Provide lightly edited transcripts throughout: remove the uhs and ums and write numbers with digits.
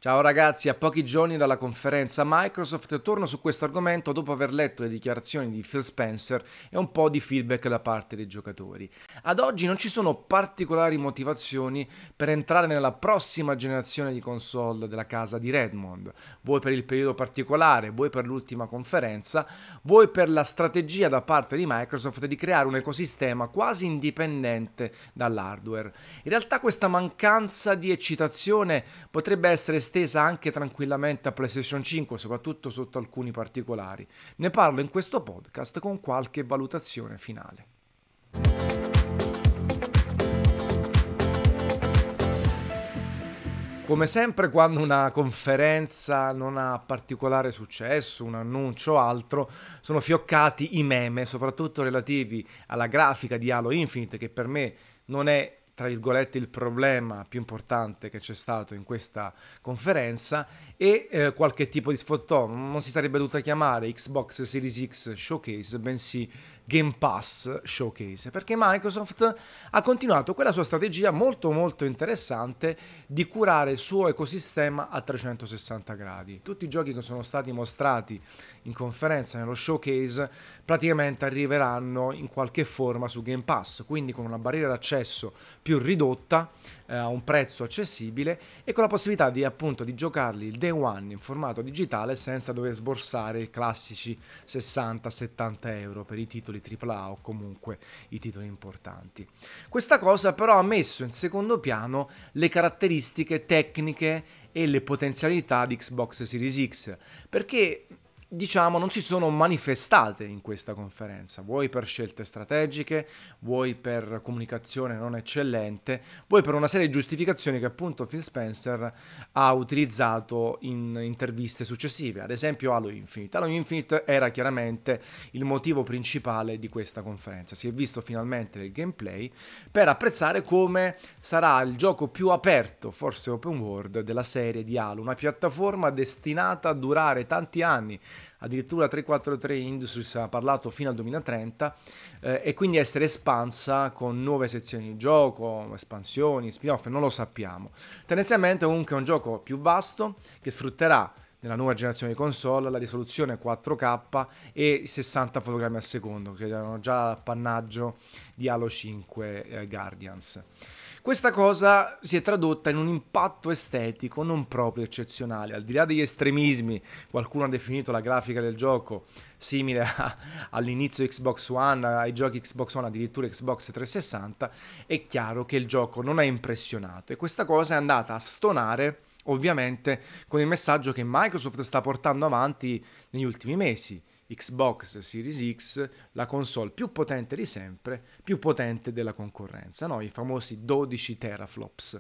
Ciao ragazzi, a pochi giorni dalla conferenza Microsoft torno su questo argomento dopo aver letto le dichiarazioni di Phil Spencer e un po' di feedback da parte dei giocatori. Ad oggi non ci sono particolari motivazioni per entrare nella prossima generazione di console della casa di Redmond, vuoi per il periodo particolare, vuoi per l'ultima conferenza, vuoi per la strategia da parte di Microsoft di creare un ecosistema quasi indipendente dall'hardware. In realtà questa mancanza di eccitazione potrebbe essere estesa anche tranquillamente a PlayStation 5, soprattutto sotto alcuni particolari. Ne parlo in questo podcast con qualche valutazione finale. Come sempre quando una conferenza non ha particolare successo, un annuncio o altro, sono fioccati i meme, soprattutto relativi alla grafica di Halo Infinite, che per me non è tra virgolette il problema più importante che c'è stato in questa conferenza e qualche tipo di sfottò. Non si sarebbe dovuta chiamare Xbox Series X Showcase, bensì Game Pass Showcase, perché Microsoft ha continuato quella sua strategia molto interessante di curare il suo ecosistema a 360 gradi. Tutti i giochi che sono stati mostrati in conferenza nello showcase praticamente arriveranno in qualche forma su Game Pass, quindi con una barriera d'accesso più ridotta, a un prezzo accessibile e con la possibilità di appunto di giocarli il day one in formato digitale senza dover sborsare i classici 60-70 euro per i titoli AAA o comunque i titoli importanti. Questa cosa però ha messo in secondo piano le caratteristiche tecniche e le potenzialità di Xbox Series X, perché diciamo non si sono manifestate in questa conferenza, vuoi per scelte strategiche, vuoi per comunicazione non eccellente, vuoi per una serie di giustificazioni che appunto Phil Spencer ha utilizzato in interviste successive, ad esempio Halo Infinite. Halo Infinite era chiaramente il motivo principale di questa conferenza, si è visto finalmente il gameplay per apprezzare come sarà il gioco più aperto, forse open world, della serie di Halo, una piattaforma destinata a durare tanti anni. Addirittura 343 Industries ha parlato fino al 2030 e quindi essere espansa con nuove sezioni di gioco, espansioni, spin-off, non lo sappiamo. Tendenzialmente comunque è un gioco più vasto che sfrutterà nella nuova generazione di console la risoluzione 4K e 60 fotogrammi al secondo, che erano già appannaggio di Halo 5 Guardians. Questa cosa si è tradotta in un impatto estetico non proprio eccezionale. Al di là degli estremismi, qualcuno ha definito la grafica del gioco simile all'inizio Xbox One, ai giochi Xbox One, addirittura Xbox 360, è chiaro che il gioco non ha impressionato e questa cosa è andata a stonare ovviamente con il messaggio che Microsoft sta portando avanti negli ultimi mesi. Xbox Series X, la console più potente di sempre, più potente della concorrenza, no? I famosi 12 teraflops.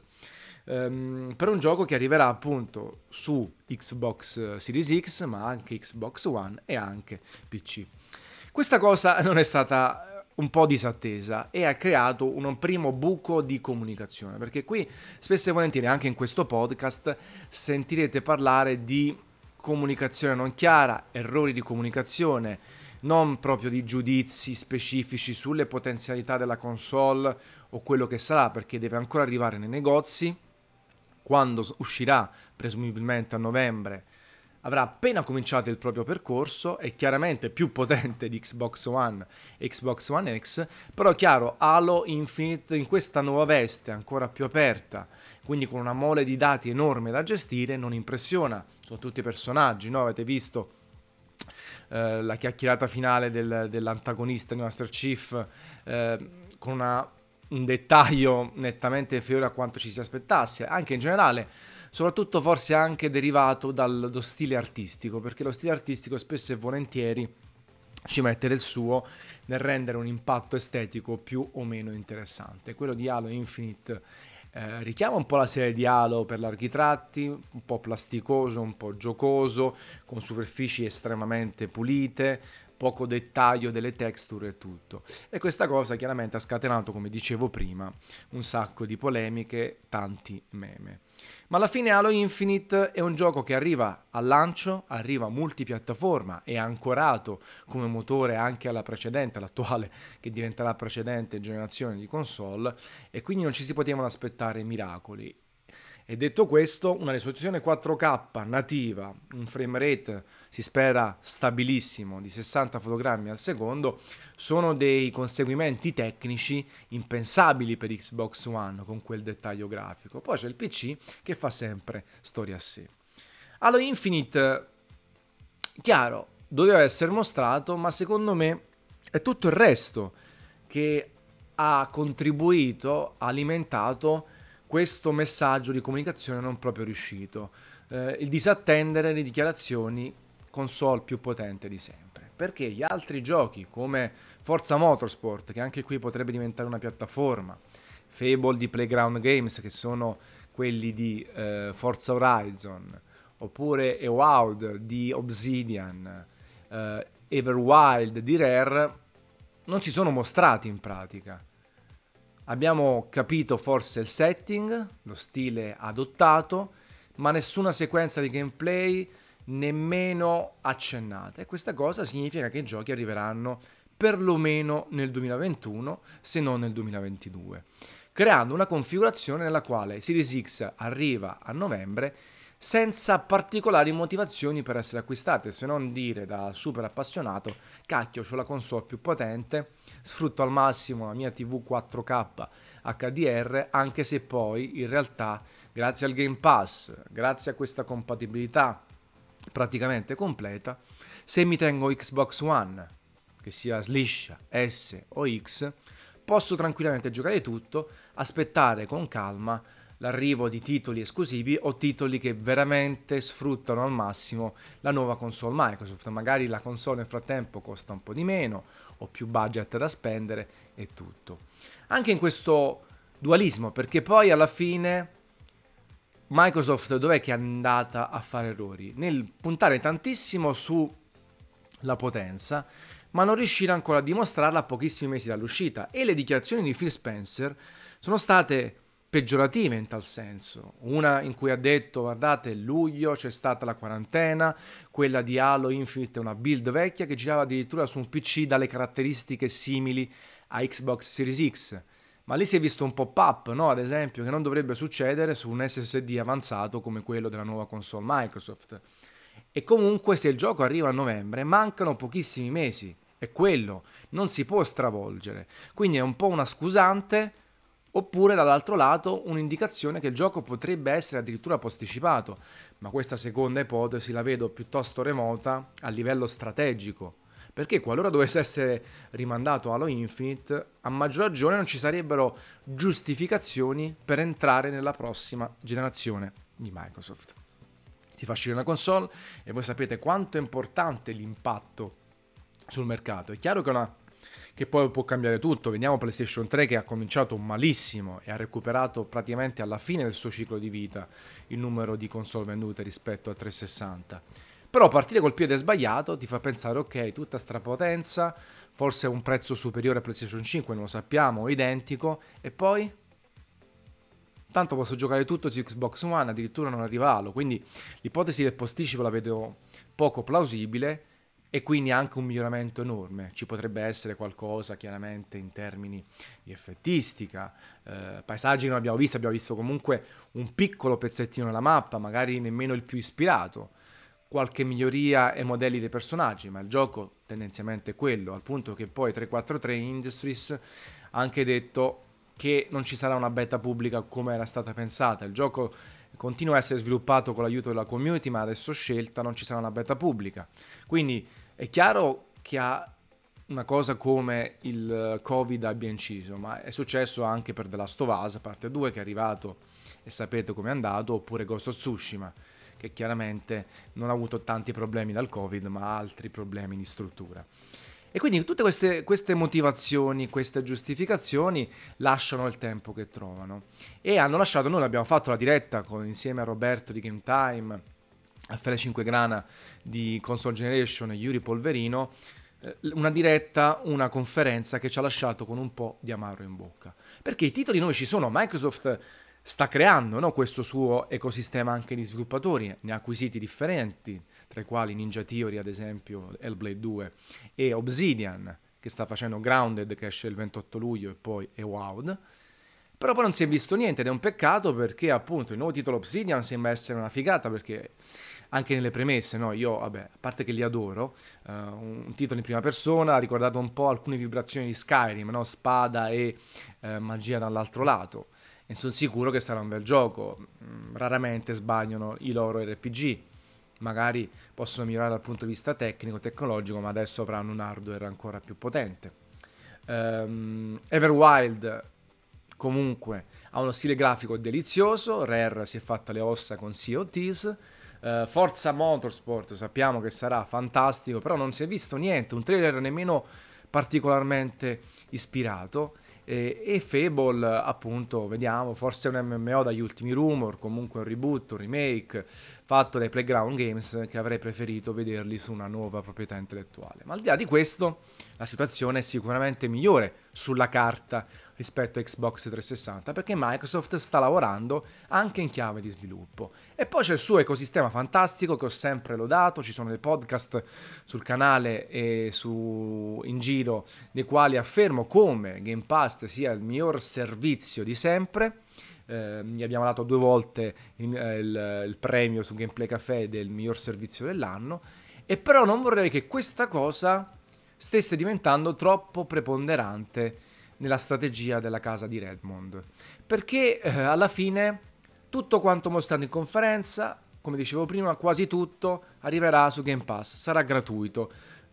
Per un gioco che arriverà appunto su Xbox Series X, ma anche Xbox One e anche PC. Questa cosa non è stata un po' disattesa e ha creato un primo buco di comunicazione, perché qui spesso e volentieri anche in questo podcast sentirete parlare di comunicazione non chiara, errori di comunicazione, non proprio di giudizi specifici sulle potenzialità della console o quello che sarà, perché deve ancora arrivare nei negozi. Quando uscirà, presumibilmente a novembre, avrà appena cominciato il proprio percorso, è chiaramente più potente di Xbox One e Xbox One X, però chiaro, Halo Infinite in questa nuova veste ancora più aperta, quindi con una mole di dati enorme da gestire, non impressiona, sono tutti personaggi, no? Avete visto la chiacchierata finale dell'antagonista di Master Chief con un dettaglio nettamente inferiore a quanto ci si aspettasse, anche in generale, soprattutto forse anche derivato dallo stile artistico, perché lo stile artistico spesso e volentieri ci mette del suo nel rendere un impatto estetico più o meno interessante. Quello di Halo Infinite richiama un po' la serie di Halo per larghi tratti, un po' plasticoso, un po' giocoso, con superfici estremamente pulite, poco dettaglio delle texture e tutto. E questa cosa chiaramente ha scatenato, come dicevo prima, un sacco di polemiche, tanti meme. Ma alla fine Halo Infinite è un gioco che arriva al lancio, arriva multipiattaforma, è ancorato come motore anche alla precedente, all'attuale che diventerà precedente generazione di console e quindi non ci si potevano aspettare miracoli. E detto questo, una risoluzione 4K nativa, un frame rate si spera stabilissimo di 60 fotogrammi al secondo, sono dei conseguimenti tecnici impensabili per Xbox One con quel dettaglio grafico. Poi c'è il PC che fa sempre storia a sé. Halo Infinite, chiaro, doveva essere mostrato, ma secondo me è tutto il resto che ha contribuito, ha alimentato questo messaggio di comunicazione non proprio riuscito. Il disattendere le dichiarazioni console più potente di sempre. Perché gli altri giochi come Forza Motorsport, che anche qui potrebbe diventare una piattaforma, Fable di Playground Games, che sono quelli di Forza Horizon, oppure Ewoud di Obsidian, Everwild di Rare, non si sono mostrati in pratica. Abbiamo capito forse il setting, lo stile adottato, ma nessuna sequenza di gameplay nemmeno accennata. E questa cosa significa che i giochi arriveranno perlomeno nel 2021, se non nel 2022, creando una configurazione nella quale Series X arriva a novembre senza particolari motivazioni per essere acquistate, se non dire da super appassionato: cacchio, c'ho la console più potente, sfrutto al massimo la mia TV 4K HDR, anche se poi in realtà grazie al Game Pass, grazie a questa compatibilità praticamente completa, se mi tengo Xbox One, che sia liscia, S o X, posso tranquillamente giocare tutto, aspettare con calma l'arrivo di titoli esclusivi o titoli che veramente sfruttano al massimo la nuova console Microsoft. Magari la console nel frattempo costa un po' di meno, ho più budget da spendere e tutto. Anche in questo dualismo, perché poi alla fine Microsoft dov'è che è andata a fare errori? Nel puntare tantissimo sulla potenza, ma non riuscire ancora a dimostrarla a pochissimi mesi dall'uscita. E le dichiarazioni di Phil Spencer sono state peggiorative in tal senso. Una in cui ha detto: guardate, luglio c'è stata la quarantena, quella di Halo Infinite è una build vecchia che girava addirittura su un PC dalle caratteristiche simili a Xbox Series X. Ma lì si è visto un pop-up, no? Ad esempio, che non dovrebbe succedere su un SSD avanzato come quello della nuova console Microsoft. E comunque se il gioco arriva a novembre mancano pochissimi mesi, è quello, non si può stravolgere. Quindi è un po' una scusante, oppure dall'altro lato un'indicazione che il gioco potrebbe essere addirittura posticipato, ma questa seconda ipotesi la vedo piuttosto remota a livello strategico, perché qualora dovesse essere rimandato Halo Infinite, a maggior ragione non ci sarebbero giustificazioni per entrare nella prossima generazione di Microsoft. Si fa uscire una console e voi sapete quanto è importante l'impatto sul mercato. È chiaro che poi può cambiare tutto. Vediamo PlayStation 3 che ha cominciato malissimo e ha recuperato praticamente alla fine del suo ciclo di vita il numero di console vendute rispetto a 360. Però partire col piede sbagliato ti fa pensare: ok, tutta strapotenza, forse un prezzo superiore a PlayStation 5, non lo sappiamo, identico, e poi tanto posso giocare tutto su Xbox One, addirittura non arriva Halo, quindi l'ipotesi del posticipo la vedo poco plausibile e quindi anche un miglioramento enorme. Ci potrebbe essere qualcosa chiaramente in termini di effettistica, paesaggi non abbiamo visto comunque un piccolo pezzettino della mappa, magari nemmeno il più ispirato, qualche miglioria ai modelli dei personaggi, ma il gioco tendenzialmente è quello, al punto che poi 343 Industries ha anche detto che non ci sarà una beta pubblica come era stata pensata. Il gioco continua a essere sviluppato con l'aiuto della community, ma adesso scelta non ci sarà una beta pubblica. Quindi è chiaro che ha una cosa come il Covid abbia inciso, ma è successo anche per The Last of Us parte 2 che è arrivato e sapete com'è andato, oppure Ghost of Tsushima, che chiaramente non ha avuto tanti problemi dal Covid, ma altri problemi di struttura. E quindi tutte queste motivazioni, queste giustificazioni lasciano il tempo che trovano. E hanno lasciato, noi l'abbiamo fatto la diretta insieme a Roberto di Game Time, a Fele 5 Grana di Console Generation e Yuri Polverino, una diretta, una conferenza che ci ha lasciato con un po' di amaro in bocca. Perché i titoli nuovi ci sono, Microsoft sta creando, no, questo suo ecosistema anche di sviluppatori, ne ha acquisiti differenti, tra i quali Ninja Theory ad esempio, Hellblade 2 e Obsidian, che sta facendo Grounded che esce il 28 luglio e poi Ewoud. Però poi non si è visto niente ed è un peccato perché appunto il nuovo titolo Obsidian sembra essere una figata perché anche nelle premesse, no? Io, vabbè, a parte che li adoro, un titolo in prima persona ha ricordato un po' alcune vibrazioni di Skyrim, no? Spada e magia dall'altro lato. E sono sicuro che sarà un bel gioco. Raramente sbagliano i loro RPG. Magari possono migliorare dal punto di vista tecnico, tecnologico, ma adesso avranno un hardware ancora più potente. Everwild comunque ha uno stile grafico delizioso. Rare si è fatta le ossa con Sea of Thieves. Forza Motorsport sappiamo che sarà fantastico, però non si è visto niente, un trailer nemmeno particolarmente ispirato. E Fable, appunto, vediamo, forse è un MMO dagli ultimi rumor, comunque un reboot, un remake fatto dai Playground Games, che avrei preferito vederli su una nuova proprietà intellettuale. Ma al di là di questo, la situazione è sicuramente migliore sulla carta rispetto a Xbox 360 perché Microsoft sta lavorando anche in chiave di sviluppo. E poi c'è il suo ecosistema fantastico che ho sempre lodato, ci sono dei podcast sul canale e in giro nei quali affermo come Game Pass sia il miglior servizio di sempre. Gli abbiamo dato 2 volte il premio su Gameplay Café del miglior servizio dell'anno, e però non vorrei che questa cosa stesse diventando troppo preponderante nella strategia della casa di Redmond, perché alla fine tutto quanto mostrato in conferenza, come dicevo prima, quasi tutto arriverà su Game Pass, sarà gratuito,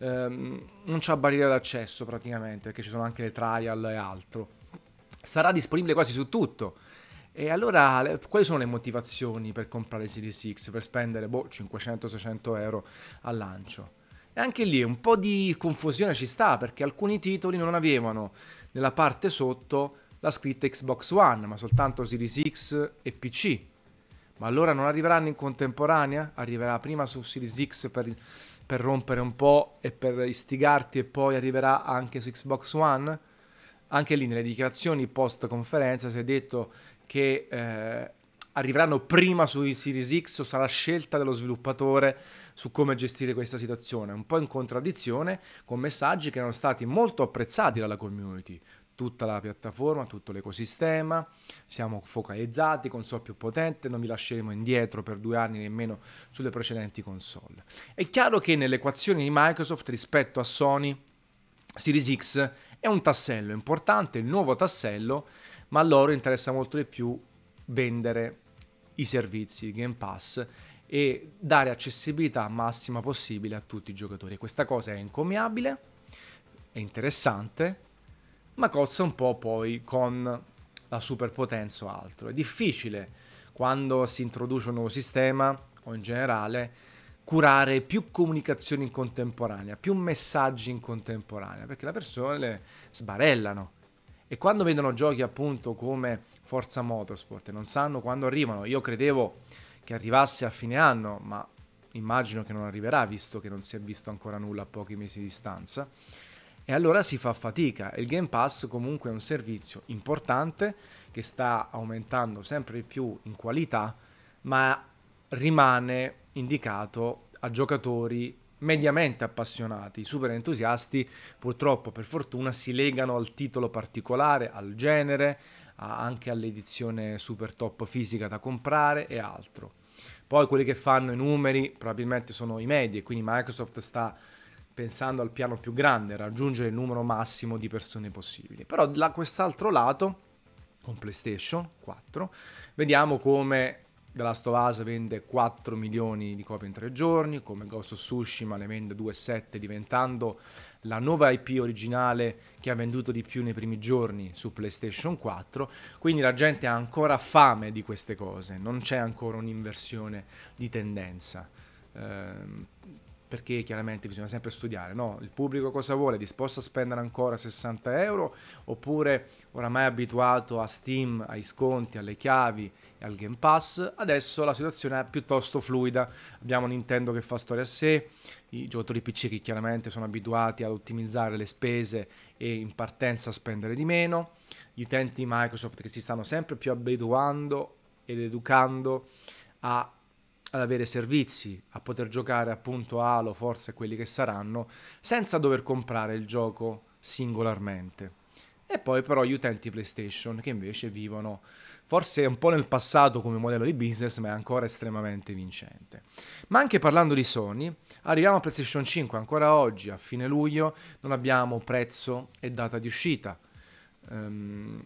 non c'è barriera d'accesso praticamente, perché ci sono anche le trial e altro, sarà disponibile quasi su tutto. E allora, quali sono le motivazioni per comprare Series X, per spendere 500-600 euro al lancio? E anche lì un po' di confusione ci sta, perché alcuni titoli non avevano nella parte sotto la scritta Xbox One, ma soltanto Series X e PC. Ma allora non arriveranno in contemporanea? Arriverà prima su Series X per rompere un po' e per istigarti, e poi arriverà anche su Xbox One? Anche lì nelle dichiarazioni post conferenza si è detto che arriveranno prima sui Series X, o sarà scelta dello sviluppatore su come gestire questa situazione, un po' in contraddizione con messaggi che erano stati molto apprezzati dalla community. Tutta la piattaforma, tutto l'ecosistema, siamo focalizzati, console più potente, non vi lasceremo indietro per 2 anni nemmeno sulle precedenti console. È chiaro che nelle equazioni di Microsoft rispetto a Sony, Series X è un tassello importante, il nuovo tassello, ma a loro interessa molto di più vendere i servizi Game Pass e dare accessibilità massima possibile a tutti i giocatori. Questa cosa è encomiabile, è interessante, ma cozza un po' poi con la superpotenza o altro. È difficile quando si introduce un nuovo sistema o in generale curare più comunicazioni in contemporanea, più messaggi in contemporanea, perché le persone sbarellano. E quando vedono giochi appunto come Forza Motorsport e non sanno quando arrivano, io credevo che arrivasse a fine anno, ma immagino che non arriverà visto che non si è visto ancora nulla a pochi mesi di distanza, e allora si fa fatica. Il Game Pass comunque è un servizio importante che sta aumentando sempre di più in qualità, ma rimane indicato a giocatori mediamente appassionati. I super entusiasti purtroppo, per fortuna, si legano al titolo particolare, al genere, anche all'edizione super top fisica da comprare e altro. Poi quelli che fanno i numeri probabilmente sono i media, quindi Microsoft sta pensando al piano più grande, raggiungere il numero massimo di persone possibili. Però da quest'altro lato, con PlayStation 4, vediamo come The Last of Us vende 4 milioni di copie in 3 giorni, come Ghost of Tsushima ne vende 2,7, diventando la nuova IP originale che ha venduto di più nei primi giorni su PlayStation 4. Quindi la gente ha ancora fame di queste cose, non c'è ancora un'inversione di tendenza. Perché chiaramente bisogna sempre studiare, no? Il pubblico cosa vuole? È disposto a spendere ancora 60 euro, oppure oramai abituato a Steam, ai sconti, alle chiavi e al Game Pass? Adesso la situazione è piuttosto fluida, abbiamo Nintendo che fa storia a sé, i giocatori PC che chiaramente sono abituati ad ottimizzare le spese e in partenza a spendere di meno, gli utenti Microsoft che si stanno sempre più abituando ed educando ad avere servizi, a poter giocare appunto Halo, Forza e quelli che saranno, senza dover comprare il gioco singolarmente. e poi però gli utenti PlayStation che invece vivono forse un po' nel passato come modello di business, ma è ancora estremamente vincente. Ma anche parlando di Sony, arriviamo a PlayStation 5, ancora oggi, a fine luglio, non abbiamo prezzo e data di uscita. Ehm,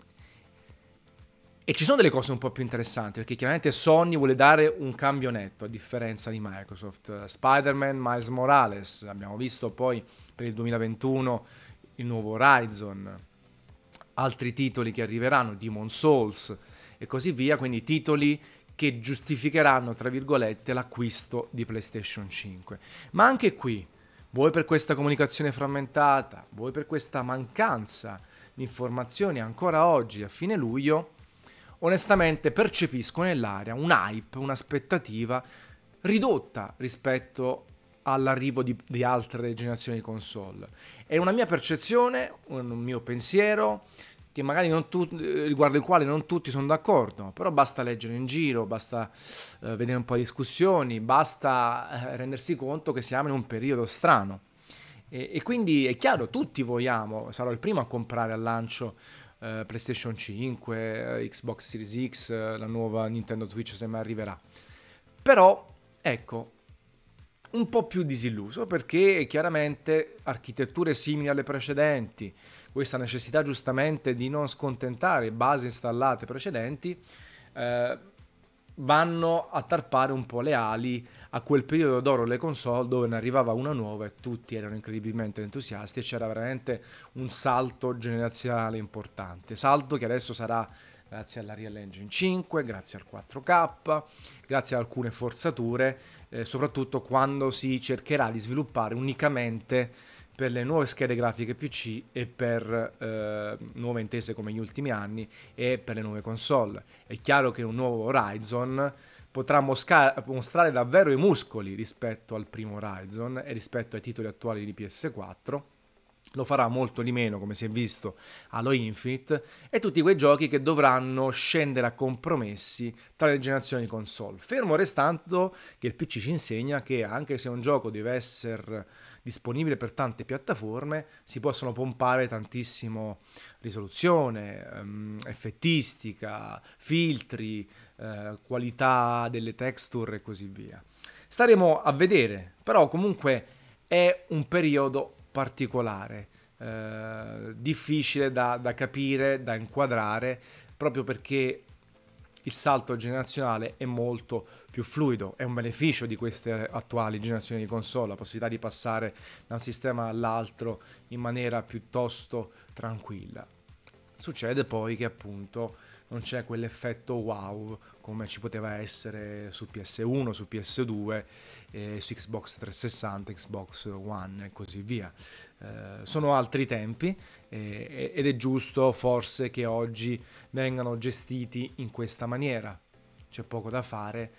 e ci sono delle cose un po' più interessanti, perché chiaramente Sony vuole dare un cambio netto, a differenza di Microsoft. Spider-Man, Miles Morales, abbiamo visto poi per il 2021 il nuovo Horizon, altri titoli che arriveranno, Demon Souls e così via, quindi titoli che giustificheranno, tra virgolette, l'acquisto di PlayStation 5. Ma anche qui, vuoi per questa comunicazione frammentata, vuoi per questa mancanza di informazioni ancora oggi, a fine luglio, onestamente percepisco nell'aria un hype, un'aspettativa ridotta rispetto all'arrivo di altre generazioni di console. È una mia percezione, un mio pensiero, che magari riguardo il quale non tutti sono d'accordo, però basta leggere in giro, basta vedere un po' di discussioni, basta rendersi conto che siamo in un periodo strano. E quindi è chiaro, tutti vogliamo, sarò il primo a comprare al lancio PlayStation 5, Xbox Series X, la nuova Nintendo Switch se mai arriverà. Però, ecco, un po' più disilluso perché chiaramente architetture simili alle precedenti, questa necessità giustamente di non scontentare basi installate precedenti, eh, vanno a tarpare un po' le ali a quel periodo d'oro delle console dove ne arrivava una nuova e tutti erano incredibilmente entusiasti e c'era veramente un salto generazionale importante, salto che adesso sarà grazie alla Real Engine 5, grazie al 4K, grazie ad alcune forzature, soprattutto quando si cercherà di sviluppare unicamente per le nuove schede grafiche PC e per nuove intese come gli ultimi anni e per le nuove console. È chiaro che un nuovo Horizon potrà mostrare davvero i muscoli rispetto al primo Horizon e rispetto ai titoli attuali di PS4. Lo farà molto di meno, come si è visto, Halo Infinite, e tutti quei giochi che dovranno scendere a compromessi tra le generazioni di console. Fermo restando che il PC ci insegna che anche se un gioco deve essere disponibile per tante piattaforme, si possono pompare tantissimo risoluzione, effettistica, filtri, qualità delle texture e così via. Staremo a vedere, però comunque è un periodo particolare, difficile da capire, da inquadrare, proprio perché il salto generazionale è molto più fluido. È un beneficio di queste attuali generazioni di console, la possibilità di passare da un sistema all'altro in maniera piuttosto tranquilla. Succede poi che appunto non c'è quell'effetto wow come ci poteva essere su PS1, su PS2, su Xbox 360, Xbox One e così via. Sono altri tempi ed è giusto forse che oggi vengano gestiti in questa maniera. C'è poco da fare.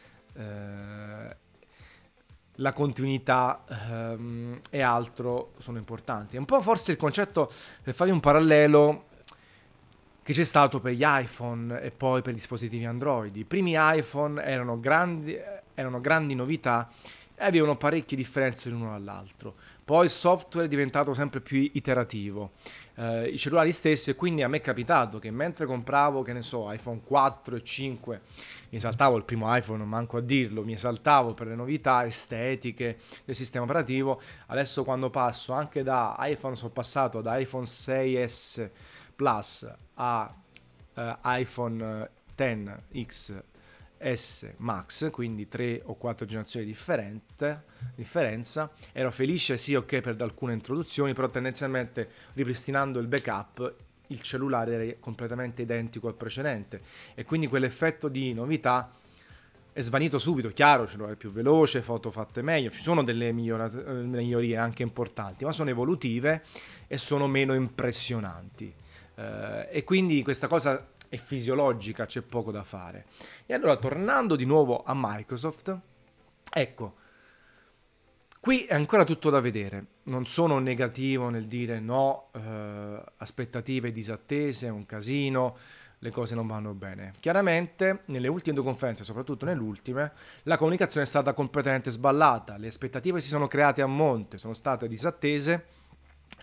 La continuità e altro sono importanti. È un po' forse il concetto, per fare un parallelo, che c'è stato per gli iPhone e poi per gli dispositivi Android. I primi iPhone erano grandi novità e avevano parecchie differenze l'uno dall'altro. Poi il software è diventato sempre più iterativo, i cellulari stessi, e quindi a me è capitato che mentre compravo, che ne so, iPhone 4 e 5, mi esaltavo il primo iPhone, non manco a dirlo, mi esaltavo per le novità estetiche del sistema operativo. Adesso quando passo anche da iPhone, sono passato da iPhone 6S Plus a iPhone X S Max, quindi 3 o 4 generazioni differenza. Ero felice sì, ok, per alcune introduzioni, però tendenzialmente ripristinando il backup il cellulare era completamente identico al precedente e quindi quell'effetto di novità è svanito subito. Chiaro, cellulare più veloce, foto fatte meglio, ci sono delle migliorie anche importanti, ma sono evolutive e sono meno impressionanti. E quindi questa cosa è fisiologica, c'è poco da fare. E allora, tornando di nuovo a Microsoft, ecco, qui è ancora tutto da vedere. Non sono negativo nel dire no, aspettative disattese, è un casino, le cose non vanno bene. Chiaramente, nelle ultime due conferenze, soprattutto nelle ultime, la comunicazione è stata completamente sballata, le aspettative si sono create a monte, sono state disattese.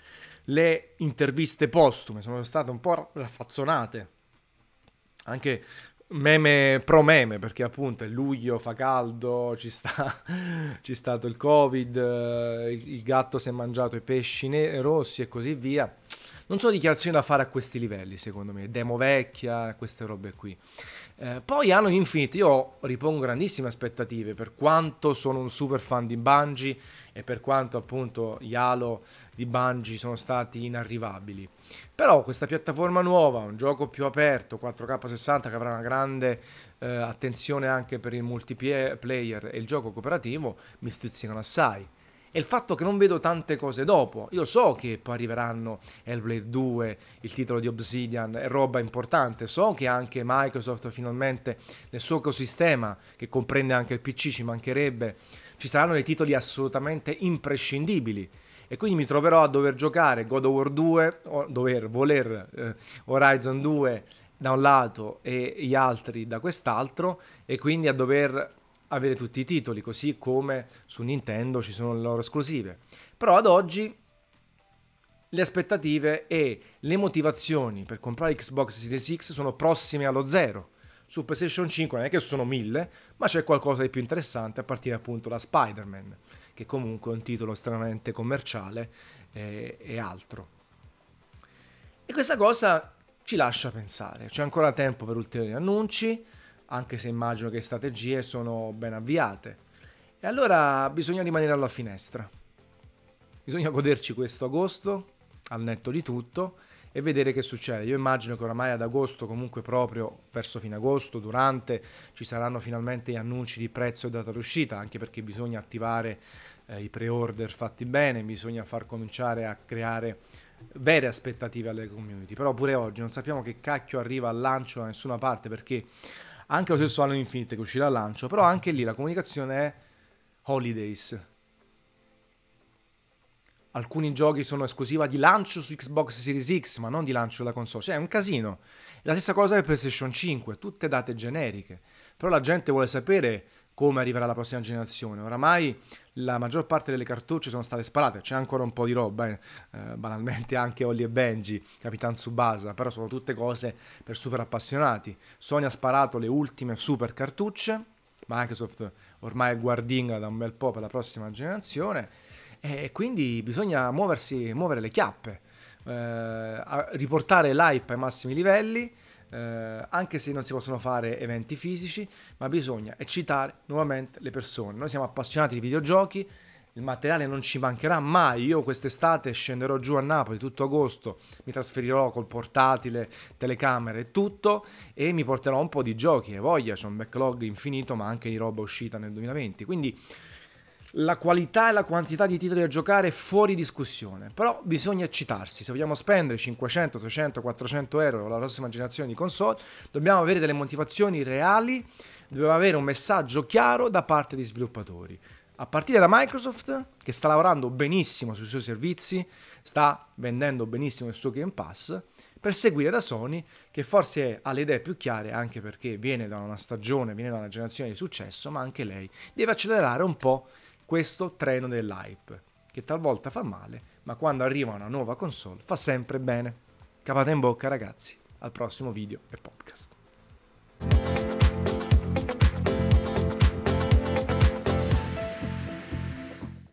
le interviste postume sono state un po' raffazzonate, anche meme pro meme, perché appunto è luglio, fa caldo, c'è stato il Covid, il gatto si è mangiato i pesci rossi e così via. Non sono dichiarazioni da fare a questi livelli, secondo me, demo vecchia, queste robe qui. Poi Halo Infinite, io ripongo grandissime aspettative, per quanto sono un super fan di Bungie e per quanto appunto gli Halo di Bungie sono stati inarrivabili. Però questa piattaforma nuova, un gioco più aperto, 4K60, che avrà una grande attenzione anche per il multiplayer e il gioco cooperativo, mi stuzzicano assai. E il fatto che non vedo tante cose dopo, io so che poi arriveranno Hellblade 2, il titolo di Obsidian, è roba importante, so che anche Microsoft finalmente nel suo ecosistema, che comprende anche il PC, ci mancherebbe, ci saranno dei titoli assolutamente imprescindibili. E quindi mi troverò a dover giocare God of War 2, o voler Horizon 2 da un lato e gli altri da quest'altro, e quindi a dover avere tutti i titoli, così come su Nintendo ci sono le loro esclusive. Però ad oggi le aspettative e le motivazioni per comprare Xbox Series X sono prossime allo zero. Su PlayStation 5 non è che sono 1000, ma c'è qualcosa di più interessante a partire appunto da Spider-Man, che comunque è un titolo estremamente commerciale e altro. E questa cosa ci lascia pensare. C'è ancora tempo per ulteriori annunci, anche se immagino che le strategie sono ben avviate. E allora bisogna rimanere alla finestra. Bisogna goderci questo agosto, al netto di tutto, e vedere che succede. Io immagino che oramai ad agosto, comunque proprio verso fine agosto, durante, ci saranno finalmente gli annunci di prezzo e data d'uscita, anche perché bisogna attivare i pre-order fatti bene, bisogna far cominciare a creare vere aspettative alle community. Però pure oggi non sappiamo che cacchio arriva al lancio da nessuna parte, perché anche lo stesso Halo Infinite che uscirà al lancio, però anche lì la comunicazione è Holidays. Alcuni giochi sono esclusiva di lancio su Xbox Series X, ma non di lancio della console. Cioè, è un casino. La stessa cosa per PlayStation 5, tutte date generiche. Però la gente vuole sapere come arriverà la prossima generazione. Oramai la maggior parte delle cartucce sono state sparate, c'è ancora un po' di roba, banalmente anche Holly e Benji, Capitan Tsubasa, però sono tutte cose per super appassionati. Sony ha sparato le ultime super cartucce, Microsoft ormai è guardinga da un bel po' per la prossima generazione, e quindi bisogna muovere le chiappe, riportare l'hype ai massimi livelli, anche se non si possono fare eventi fisici, ma bisogna eccitare nuovamente le persone. Noi siamo appassionati di videogiochi, il materiale non ci mancherà mai. Io quest'estate scenderò giù a Napoli tutto agosto, mi trasferirò col portatile, telecamere e tutto, e mi porterò un po' di giochi, e voglia, c'è un backlog infinito, ma anche di roba uscita nel 2020, quindi la qualità e la quantità di titoli da giocare è fuori discussione, però bisogna eccitarsi. Se vogliamo spendere 500, 600, 400 euro per la prossima generazione di console, dobbiamo avere delle motivazioni reali, dobbiamo avere un messaggio chiaro da parte degli sviluppatori. A partire da Microsoft, che sta lavorando benissimo sui suoi servizi, sta vendendo benissimo il suo Game Pass, per seguire da Sony, che forse ha le idee più chiare, anche perché viene da una stagione, viene da una generazione di successo, ma anche lei deve accelerare un po' questo treno dell'hype, che talvolta fa male, ma quando arriva una nuova console fa sempre bene. Capate in bocca, ragazzi, al prossimo video e podcast.